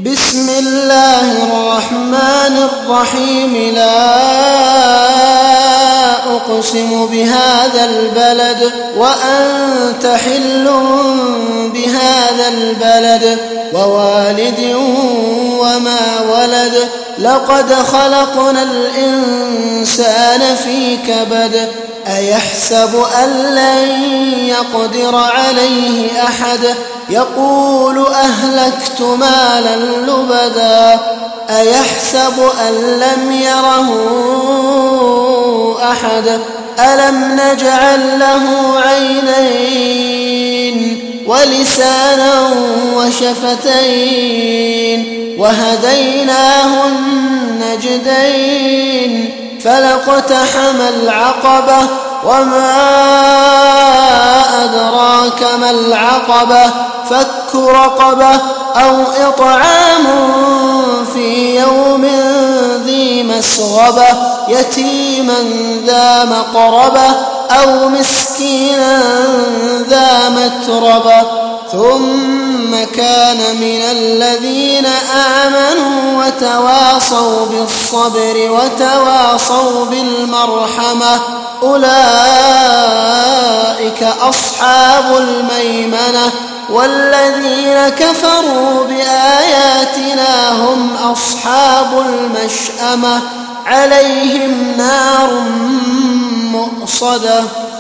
بسم الله الرحمن الرحيم لا أقسم بهذا البلد وأنت حل بهذا البلد ووالد وما ولد لقد خلقنا الإنسان في كبد أيحسب أن لن يقدر عليه أحد يقول أهلكت مالا لبدا أيحسب أن لم يره أحد ألم نجعل له عينين ولسانا وشفتين وهديناه النجدين فلاقتحم العقبة وما أدراك ما العقبة فك رقبة أو إطعام في يوم ذي مسغبة يتيما ذا مقربة أو مسكينا ذا متربة ثم كان من الذين آمنوا وتواصوا بالصبر وتواصوا بالمرحمة أولئك أصحاب الميمنة والذين كفروا بآياتنا هم أصحاب المشأمة عليهم نار مؤصدة